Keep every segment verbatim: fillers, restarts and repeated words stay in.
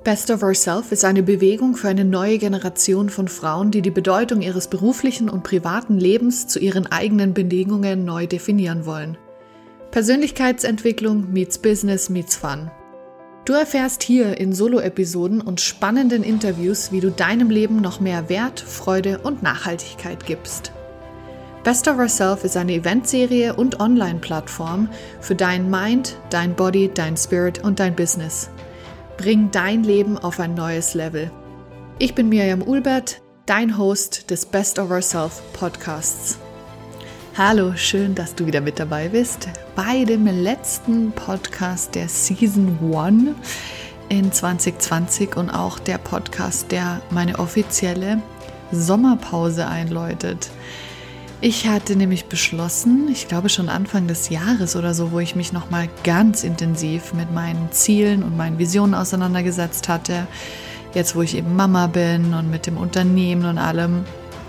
Best of Ourself ist eine Bewegung für eine neue Generation von Frauen, die die Bedeutung ihres beruflichen und privaten Lebens zu ihren eigenen Bedingungen neu definieren wollen. Persönlichkeitsentwicklung meets Business meets Fun. Du erfährst hier in Solo-Episoden und spannenden Interviews, wie du deinem Leben noch mehr Wert, Freude und Nachhaltigkeit gibst. Best of Ourself ist eine Eventserie und Online-Plattform für dein Mind, dein Body, dein Spirit und dein Business. Bring dein Leben auf ein neues Level. Ich bin Miriam Ulbert, dein Host des Best of Ourself Podcasts. Hallo, schön, dass du wieder mit dabei bist bei dem letzten Podcast der Season eins in zwanzig zwanzig und auch der Podcast, der meine offizielle Sommerpause einläutet. Ich hatte nämlich beschlossen, ich glaube schon Anfang des Jahres oder so, wo ich mich nochmal ganz intensiv mit meinen Zielen und meinen Visionen auseinandergesetzt hatte, jetzt wo ich eben Mama bin und mit dem Unternehmen und allem.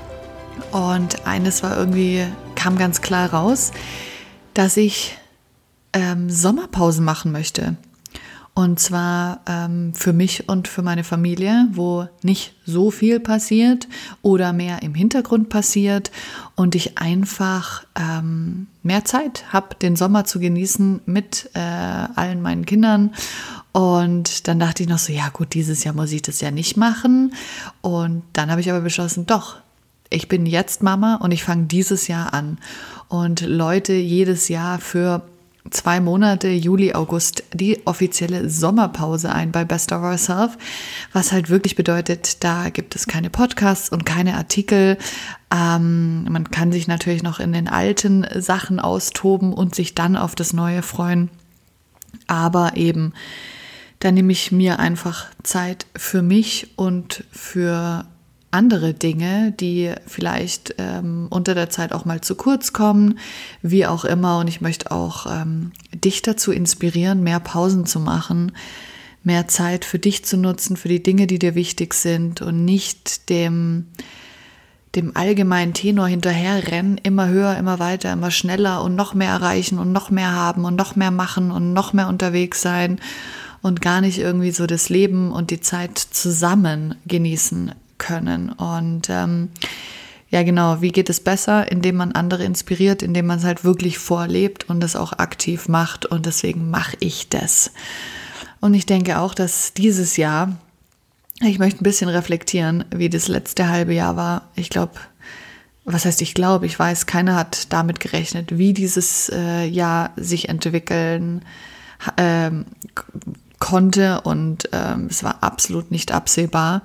Und eines war irgendwie, kam ganz klar raus, dass ich ähm, Sommerpausen machen möchte. Und zwar ähm, für mich und für meine Familie, wo nicht so viel passiert oder mehr im Hintergrund passiert und ich einfach ähm, mehr Zeit habe, den Sommer zu genießen mit äh, allen meinen Kindern. Und dann dachte ich noch so, ja gut, dieses Jahr muss ich das ja nicht machen. Und dann habe ich aber beschlossen, doch, ich bin jetzt Mama und ich fange dieses Jahr an. Und Leute jedes Jahr für zwei Monate, Juli, August, die offizielle Sommerpause ein bei Best of Ourself, was halt wirklich bedeutet, da gibt es keine Podcasts und keine Artikel. Ähm, man kann sich natürlich noch in den alten Sachen austoben und sich dann auf das Neue freuen. Aber eben, da nehme ich mir einfach Zeit für mich und für andere Dinge, die vielleicht ähm, unter der Zeit auch mal zu kurz kommen, wie auch immer. Und ich möchte auch ähm, dich dazu inspirieren, mehr Pausen zu machen, mehr Zeit für dich zu nutzen, für die Dinge, die dir wichtig sind und nicht dem, dem allgemeinen Tenor hinterherrennen, immer höher, immer weiter, immer schneller und noch mehr erreichen und noch mehr haben und noch mehr machen und noch mehr unterwegs sein und gar nicht irgendwie so das Leben und die Zeit zusammen genießen können. Und ähm, ja genau, wie geht es besser? Indem man andere inspiriert, indem man es halt wirklich vorlebt und es auch aktiv macht, und deswegen mache ich das. Und ich denke auch, dass dieses Jahr, ich möchte ein bisschen reflektieren, wie das letzte halbe Jahr war. Ich glaube, was heißt ich glaube, ich weiß, keiner hat damit gerechnet, wie dieses äh, Jahr sich entwickeln äh, konnte, und äh, es war absolut nicht absehbar.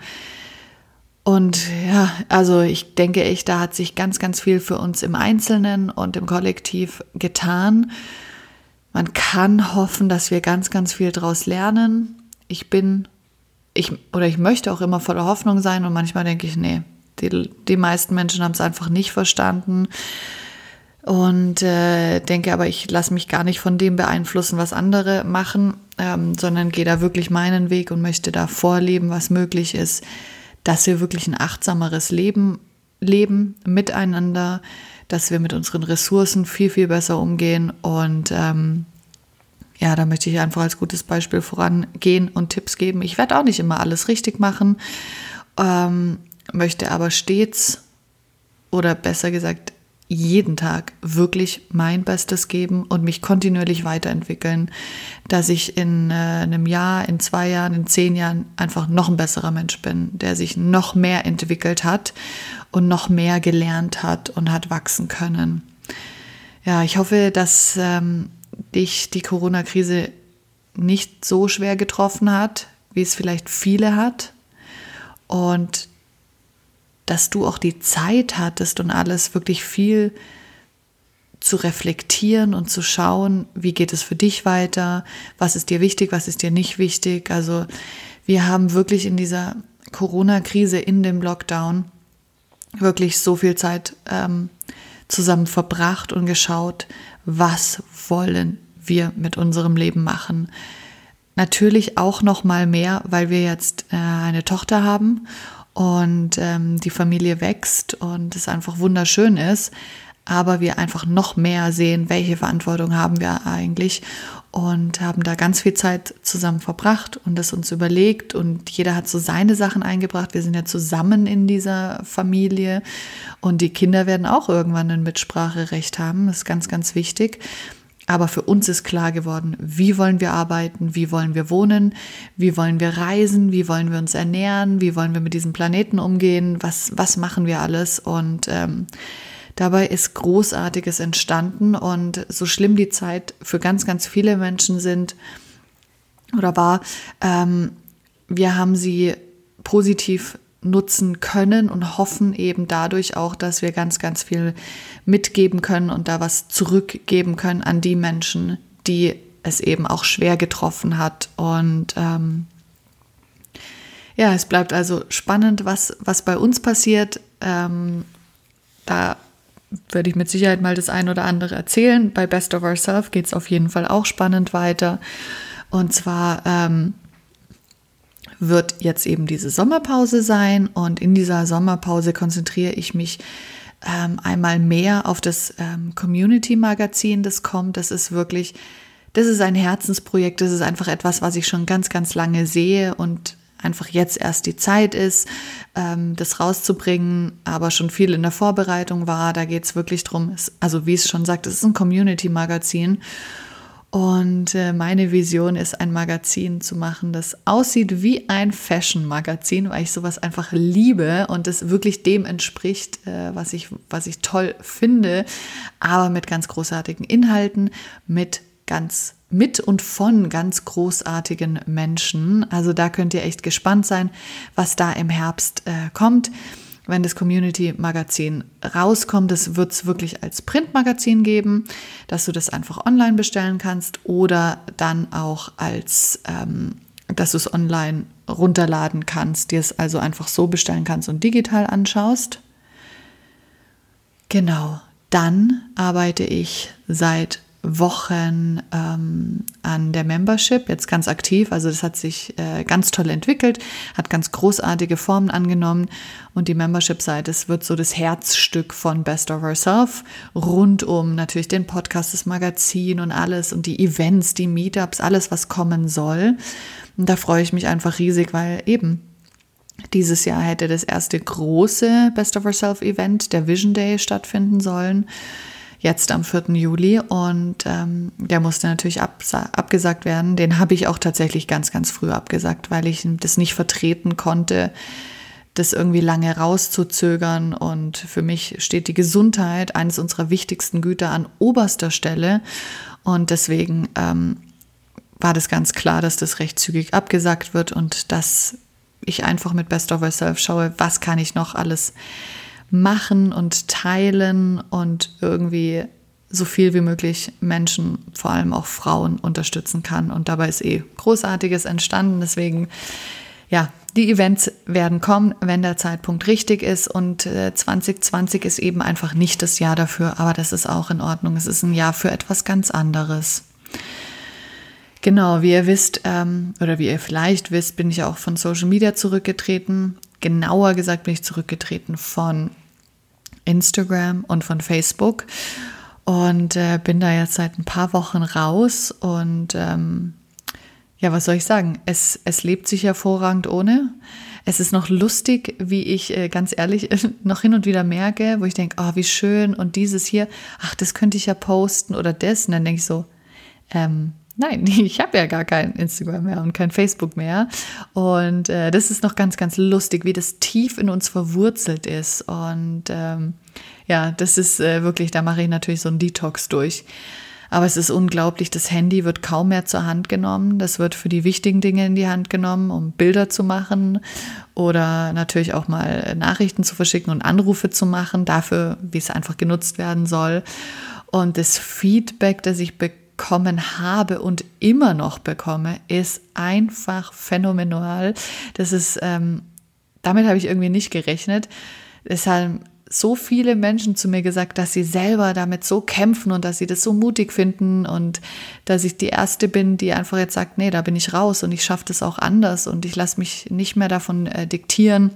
Und ja, also ich denke echt, da hat sich ganz, ganz viel für uns im Einzelnen und im Kollektiv getan. Man kann hoffen, dass wir ganz, ganz viel daraus lernen. Ich bin, ich oder ich möchte auch immer voller Hoffnung sein, und manchmal denke ich, nee, die, die meisten Menschen haben es einfach nicht verstanden. Und äh, denke aber, ich lasse mich gar nicht von dem beeinflussen, was andere machen, ähm, sondern gehe da wirklich meinen Weg und möchte da vorleben, was möglich ist, dass wir wirklich ein achtsameres Leben leben miteinander, dass wir mit unseren Ressourcen viel, viel besser umgehen. Und ähm, ja, da möchte ich einfach als gutes Beispiel vorangehen und Tipps geben. Ich werde auch nicht immer alles richtig machen, ähm, möchte aber stets, oder besser gesagt jeden Tag, wirklich mein Bestes geben und mich kontinuierlich weiterentwickeln, dass ich in äh, einem Jahr, in zwei Jahren, in zehn Jahren einfach noch ein besserer Mensch bin, der sich noch mehr entwickelt hat und noch mehr gelernt hat und hat wachsen können. Ja, ich hoffe, dass ähm, dich die Corona-Krise nicht so schwer getroffen hat, wie es vielleicht viele hat, und dass du auch die Zeit hattest und alles wirklich viel zu reflektieren und zu schauen, wie geht es für dich weiter, was ist dir wichtig, was ist dir nicht wichtig. Also wir haben wirklich in dieser Corona-Krise, in dem Lockdown, wirklich so viel Zeit ähm, zusammen verbracht und geschaut, was wollen wir mit unserem Leben machen. Natürlich auch noch mal mehr, weil wir jetzt äh, eine Tochter haben und ähm, die Familie wächst und es einfach wunderschön ist, aber wir einfach noch mehr sehen, welche Verantwortung haben wir eigentlich und haben da ganz viel Zeit zusammen verbracht und das uns überlegt und jeder hat so seine Sachen eingebracht. Wir sind ja zusammen in dieser Familie und die Kinder werden auch irgendwann ein Mitspracherecht haben. Das ist ganz, ganz wichtig. Aber für uns ist klar geworden, wie wollen wir arbeiten, wie wollen wir wohnen, wie wollen wir reisen, wie wollen wir uns ernähren, wie wollen wir mit diesem Planeten umgehen, was, was machen wir alles. Und ähm, dabei ist Großartiges entstanden und so schlimm die Zeit für ganz, ganz viele Menschen sind oder war, ähm, wir haben sie positiv nutzen können und hoffen eben dadurch auch, dass wir ganz, ganz viel mitgeben können und da was zurückgeben können an die Menschen, die es eben auch schwer getroffen hat. Und ähm, ja, es bleibt also spannend, was, was bei uns passiert. Ähm, da würde ich mit Sicherheit mal das ein oder andere erzählen. Bei Best of Ourselves geht es auf jeden Fall auch spannend weiter. Und zwar ähm, wird jetzt eben diese Sommerpause sein und in dieser Sommerpause konzentriere ich mich ähm, einmal mehr auf das ähm, Community-Magazin, das kommt. Das ist wirklich, das ist ein Herzensprojekt, das ist einfach etwas, was ich schon ganz, ganz lange sehe und einfach jetzt erst die Zeit ist, ähm, das rauszubringen, aber schon viel in der Vorbereitung war. Da geht es wirklich drum, also wie es schon sagt, es ist ein Community-Magazin. Und meine Vision ist, ein Magazin zu machen, das aussieht wie ein Fashion-Magazin, weil ich sowas einfach liebe und es wirklich dem entspricht, was ich, was ich toll finde, aber mit ganz großartigen Inhalten, mit ganz mit und von ganz großartigen Menschen. Also da könnt ihr echt gespannt sein, was da im Herbst äh, kommt. Wenn das Community-Magazin rauskommt, das wird es wirklich als Printmagazin geben, dass du das einfach online bestellen kannst oder dann auch als, ähm, dass du es online runterladen kannst, dir es also einfach so bestellen kannst und digital anschaust. Genau, dann arbeite ich seit Wochen ähm, an der Membership, jetzt ganz aktiv, also das hat sich äh, ganz toll entwickelt, hat ganz großartige Formen angenommen und die Membership-Seite, es wird so das Herzstück von Best of Ourselves, rund um natürlich den Podcast, das Magazin und alles und die Events, die Meetups, alles, was kommen soll. Und da freue ich mich einfach riesig, weil eben dieses Jahr hätte das erste große Best of Ourselves Event, der Vision Day, stattfinden sollen. Jetzt am vierten Juli und ähm, der musste natürlich absa- abgesagt werden. Den habe ich auch tatsächlich ganz, ganz früh abgesagt, weil ich das nicht vertreten konnte, das irgendwie lange rauszuzögern. Und für mich steht die Gesundheit, eines unserer wichtigsten Güter, an oberster Stelle. Und deswegen ähm, war das ganz klar, dass das recht zügig abgesagt wird und dass ich einfach mit Best of Ourselves schaue, was kann ich noch alles machen und teilen und irgendwie so viel wie möglich Menschen, vor allem auch Frauen, unterstützen kann. Und dabei ist eh Großartiges entstanden. Deswegen, ja, die Events werden kommen, wenn der Zeitpunkt richtig ist. Und äh, zwanzig zwanzig ist eben einfach nicht das Jahr dafür, aber das ist auch in Ordnung. Es ist ein Jahr für etwas ganz anderes. Genau, wie ihr wisst, ähm, oder wie ihr vielleicht wisst, bin ich auch von Social Media zurückgetreten. Genauer gesagt bin ich zurückgetreten von Instagram und von Facebook und äh, bin da jetzt seit ein paar Wochen raus und ähm, ja, was soll ich sagen? Es, es lebt sich hervorragend ohne. Es ist noch lustig, wie ich äh, ganz ehrlich noch hin und wieder merke, wo ich denke, oh, wie schön und dieses hier, ach, das könnte ich ja posten oder das. Und dann denke ich so, ähm, nein, ich habe ja gar kein Instagram mehr und kein Facebook mehr. Und äh, das ist noch ganz, ganz lustig, wie das tief in uns verwurzelt ist. Und ähm, ja, das ist äh, wirklich, da mache ich natürlich so einen Detox durch. Aber es ist unglaublich, das Handy wird kaum mehr zur Hand genommen. Das wird für die wichtigen Dinge in die Hand genommen, um Bilder zu machen oder natürlich auch mal Nachrichten zu verschicken und Anrufe zu machen, dafür, wie es einfach genutzt werden soll. Und das Feedback, das ich bekomme, bekommen habe und immer noch bekomme, ist einfach phänomenal. Das ist, ähm, damit habe ich irgendwie nicht gerechnet. Es haben so viele Menschen zu mir gesagt, dass sie selber damit so kämpfen und dass sie das so mutig finden und dass ich die Erste bin, die einfach jetzt sagt, nee, da bin ich raus und ich schaffe das auch anders und ich lasse mich nicht mehr davon äh, diktieren,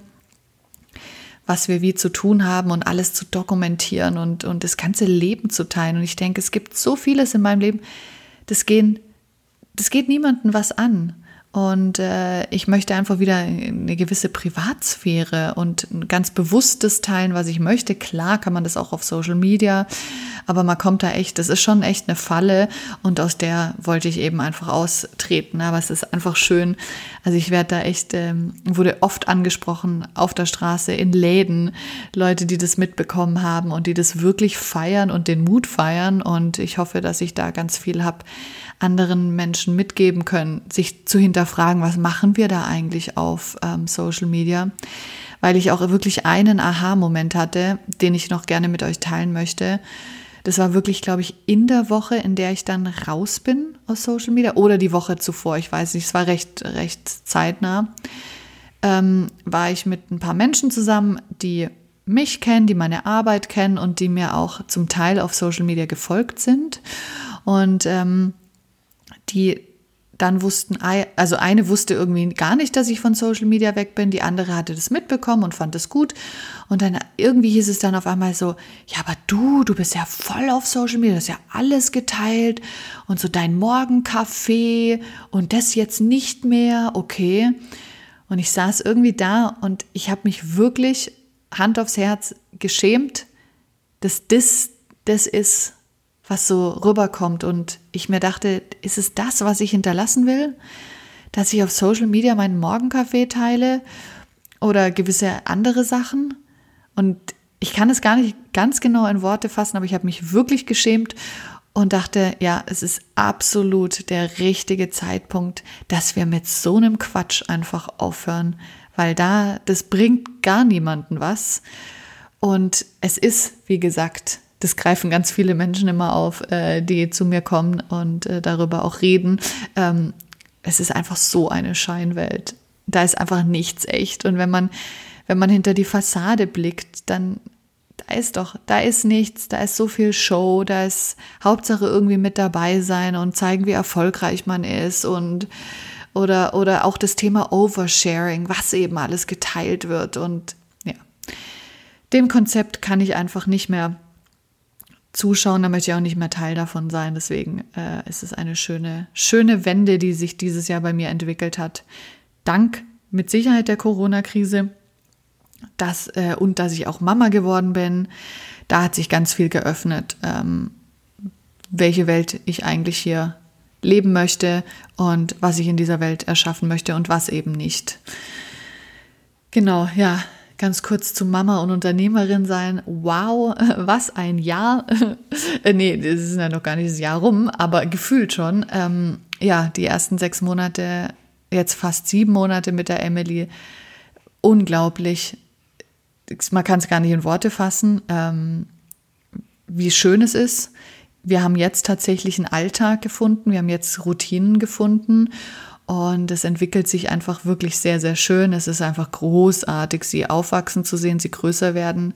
was wir wie zu tun haben und alles zu dokumentieren und, und das ganze Leben zu teilen. Und ich denke, es gibt so vieles in meinem Leben, das gehen das geht niemandem was an. Und äh, ich möchte einfach wieder eine gewisse Privatsphäre und ein ganz bewusstes Teilen, was ich möchte. Klar kann man das auch auf Social Media, aber man kommt da echt, das ist schon echt eine Falle und aus der wollte ich eben einfach austreten. Aber es ist einfach schön. Also ich werde da echt, ähm, wurde oft angesprochen auf der Straße, in Läden, Leute, die das mitbekommen haben und die das wirklich feiern und den Mut feiern. Und ich hoffe, dass ich da ganz viel habe, anderen Menschen mitgeben können, sich zu hinterfragen, was machen wir da eigentlich auf ähm, Social Media, weil ich auch wirklich einen Aha-Moment hatte, den ich noch gerne mit euch teilen möchte. Das war wirklich, glaube ich, in der Woche, in der ich dann raus bin aus Social Media oder die Woche zuvor, ich weiß nicht, es war recht, recht zeitnah, ähm, war ich mit ein paar Menschen zusammen, die mich kennen, die meine Arbeit kennen und die mir auch zum Teil auf Social Media gefolgt sind und ähm, die dann wussten, also eine wusste irgendwie gar nicht, dass ich von Social Media weg bin, die andere hatte das mitbekommen und fand es gut und dann irgendwie hieß es dann auf einmal so, ja, aber du, du bist ja voll auf Social Media, du hast ja alles geteilt und so dein Morgenkaffee und das jetzt nicht mehr, okay. Und ich saß irgendwie da und ich habe mich wirklich, Hand aufs Herz, geschämt, dass das das ist, was so rüberkommt. Und ich mir dachte, ist es das, was ich hinterlassen will? Dass ich auf Social Media meinen Morgenkaffee teile oder gewisse andere Sachen? Und ich kann es gar nicht ganz genau in Worte fassen, aber ich habe mich wirklich geschämt und dachte, ja, es ist absolut der richtige Zeitpunkt, dass wir mit so einem Quatsch einfach aufhören, weil da, das bringt gar niemanden was. Und es ist, wie gesagt, das greifen ganz viele Menschen immer auf, äh, die zu mir kommen und äh, darüber auch reden. Ähm, es ist einfach so eine Scheinwelt. Da ist einfach nichts echt. Und wenn man, wenn man hinter die Fassade blickt, dann da ist doch, da ist nichts, da ist so viel Show, da ist Hauptsache irgendwie mit dabei sein und zeigen, wie erfolgreich man ist und oder, oder auch das Thema Oversharing, was eben alles geteilt wird. Und ja, dem Konzept kann ich einfach nicht mehr zuschauen, da möchte ich auch nicht mehr Teil davon sein. Deswegen äh, ist es eine schöne, schöne Wende, die sich dieses Jahr bei mir entwickelt hat. Dank mit Sicherheit der Corona-Krise dass, äh, und dass ich auch Mama geworden bin. Da hat sich ganz viel geöffnet, ähm, welche Welt ich eigentlich hier leben möchte und was ich in dieser Welt erschaffen möchte und was eben nicht. Genau, ja. Ganz kurz zu Mama und Unternehmerin sein. Wow, was ein Jahr. Nee, das ist ja noch gar nicht das Jahr rum, aber gefühlt schon. Ähm, ja, die ersten sechs Monate, jetzt fast sieben Monate mit der Emily. Unglaublich. Man kann es gar nicht in Worte fassen, ähm, wie schön es ist. Wir haben jetzt tatsächlich einen Alltag gefunden. Wir haben jetzt Routinen gefunden. Und es entwickelt sich einfach wirklich sehr, sehr schön. Es ist einfach großartig, sie aufwachsen zu sehen, sie größer werden.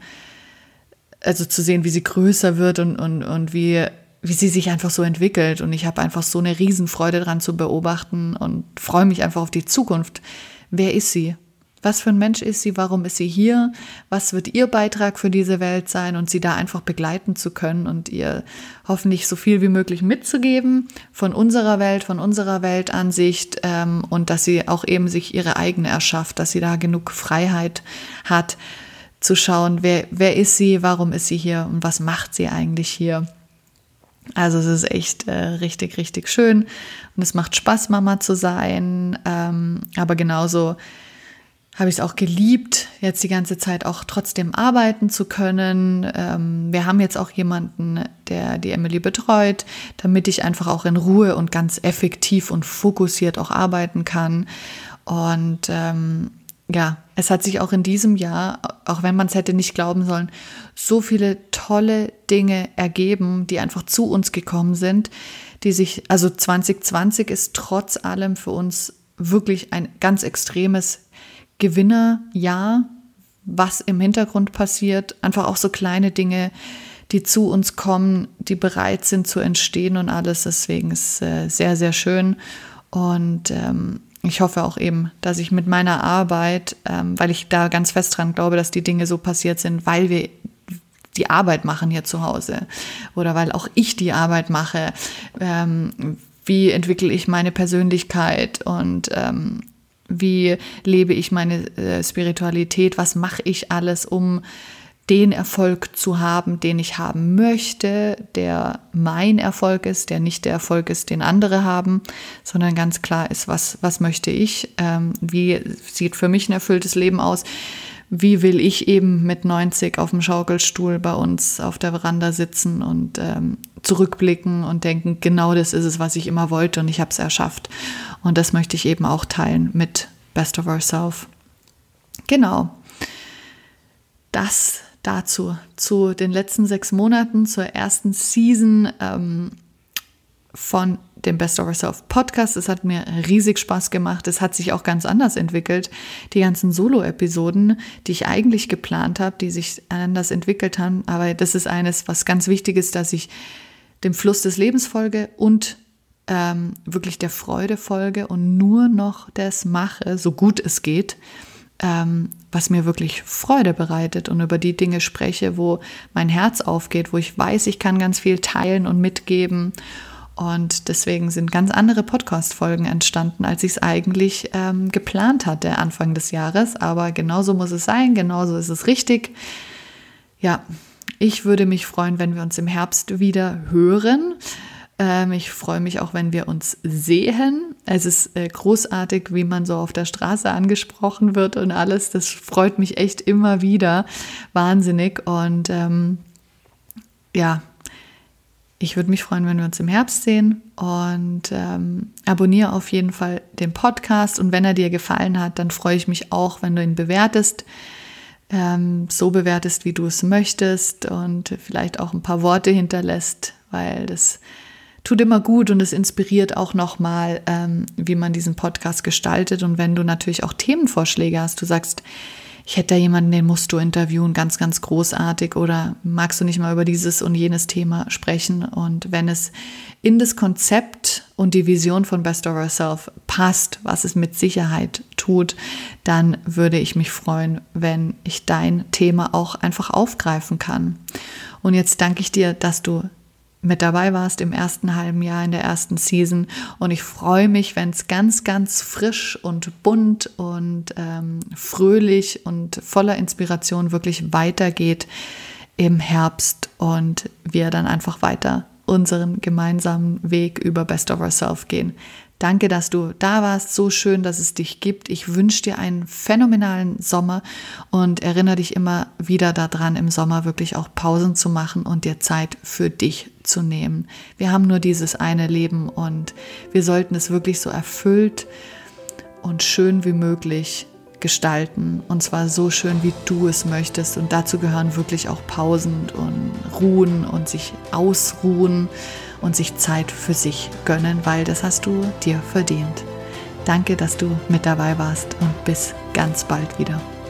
Also zu sehen, wie sie größer wird und, und, und wie, wie sie sich einfach so entwickelt. Und ich habe einfach so eine Riesenfreude dran zu beobachten und freue mich einfach auf die Zukunft. Wer ist sie? Was für ein Mensch ist sie? Warum ist sie hier? Was wird ihr Beitrag für diese Welt sein? Und sie da einfach begleiten zu können und ihr hoffentlich so viel wie möglich mitzugeben von unserer Welt, von unserer Weltansicht ähm, und dass sie auch eben sich ihre eigene erschafft, dass sie da genug Freiheit hat, zu schauen, wer, wer ist sie, warum ist sie hier und was macht sie eigentlich hier? Also es ist echt äh, richtig, richtig schön und es macht Spaß, Mama zu sein, ähm, aber genauso habe ich es auch geliebt, jetzt die ganze Zeit auch trotzdem arbeiten zu können. Ähm, wir haben jetzt auch jemanden, der die Emily betreut, damit ich einfach auch in Ruhe und ganz effektiv und fokussiert auch arbeiten kann. Und ähm, ja, es hat sich auch in diesem Jahr, auch wenn man es hätte nicht glauben sollen, so viele tolle Dinge ergeben, die einfach zu uns gekommen sind, die sich, also zwanzig zwanzig ist trotz allem für uns wirklich ein ganz extremes Gewinnerjahr, was im Hintergrund passiert, einfach auch so kleine Dinge, die zu uns kommen, die bereit sind zu entstehen und alles. Deswegen ist es äh, sehr, sehr schön und ähm, ich hoffe auch eben, dass ich mit meiner Arbeit, ähm, weil ich da ganz fest dran glaube, dass die Dinge so passiert sind, weil wir die Arbeit machen hier zu Hause oder weil auch ich die Arbeit mache, ähm, wie entwickle ich meine Persönlichkeit und ähm, wie lebe ich meine äh, Spiritualität, was mache ich alles, um den Erfolg zu haben, den ich haben möchte, der mein Erfolg ist, der nicht der Erfolg ist, den andere haben, sondern ganz klar ist, was, was möchte ich, ähm, wie sieht für mich ein erfülltes Leben aus, wie will ich eben mit neunzig auf dem Schaukelstuhl bei uns auf der Veranda sitzen und ähm, zurückblicken und denken, genau das ist es, was ich immer wollte und ich habe es erschafft. Und das möchte ich eben auch teilen mit Best of Ourself. Genau. Das dazu, zu den letzten sechs Monaten, zur ersten Season ähm, von dem Best of Ourself Podcast. Es hat mir riesig Spaß gemacht. Es hat sich auch ganz anders entwickelt. Die ganzen Solo-Episoden, die ich eigentlich geplant habe, die sich anders entwickelt haben. Aber das ist eines, was ganz wichtig ist, dass ich dem Fluss des Lebens folge und ähm, wirklich der Freude folge und nur noch das mache, so gut es geht, ähm, was mir wirklich Freude bereitet und über die Dinge spreche, wo mein Herz aufgeht, wo ich weiß, ich kann ganz viel teilen und mitgeben. Und deswegen sind ganz andere Podcast-Folgen entstanden, als ich es eigentlich ähm, geplant hatte Anfang des Jahres. Aber genauso muss es sein, genauso ist es richtig. Ja, ich würde mich freuen, wenn wir uns im Herbst wieder hören. Ähm, ich freue mich auch, wenn wir uns sehen. Es ist äh, großartig, wie man so auf der Straße angesprochen wird und alles. Das freut mich echt immer wieder. Wahnsinnig. Und ähm, ja, ich würde mich freuen, wenn wir uns im Herbst sehen und ähm, abonniere auf jeden Fall den Podcast und wenn er dir gefallen hat, dann freue ich mich auch, wenn du ihn bewertest, ähm, so bewertest, wie du es möchtest und vielleicht auch ein paar Worte hinterlässt, weil das tut immer gut und es inspiriert auch nochmal, ähm, wie man diesen Podcast gestaltet und wenn du natürlich auch Themenvorschläge hast, du sagst, ich hätte da jemanden, den musst du interviewen, ganz, ganz großartig oder magst du nicht mal über dieses und jenes Thema sprechen und wenn es in das Konzept und die Vision von Best of Ourself passt, was es mit Sicherheit tut, dann würde ich mich freuen, wenn ich dein Thema auch einfach aufgreifen kann. Und jetzt danke ich dir, dass du mit dabei warst im ersten halben Jahr, in der ersten Season und ich freue mich, wenn es ganz, ganz frisch und bunt und ähm, fröhlich und voller Inspiration wirklich weitergeht im Herbst und wir dann einfach weiter unseren gemeinsamen Weg über Best of Ourself gehen. Danke, dass du da warst. So schön, dass es dich gibt. Ich wünsche dir einen phänomenalen Sommer und erinnere dich immer wieder daran, im Sommer wirklich auch Pausen zu machen und dir Zeit für dich zu nehmen. Wir haben nur dieses eine Leben und wir sollten es wirklich so erfüllt und schön wie möglich gestalten. Und zwar so schön, wie du es möchtest. Und dazu gehören wirklich auch Pausen und Ruhen und sich ausruhen und sich Zeit für sich gönnen, weil das hast du dir verdient. Danke, dass du mit dabei warst und bis ganz bald wieder.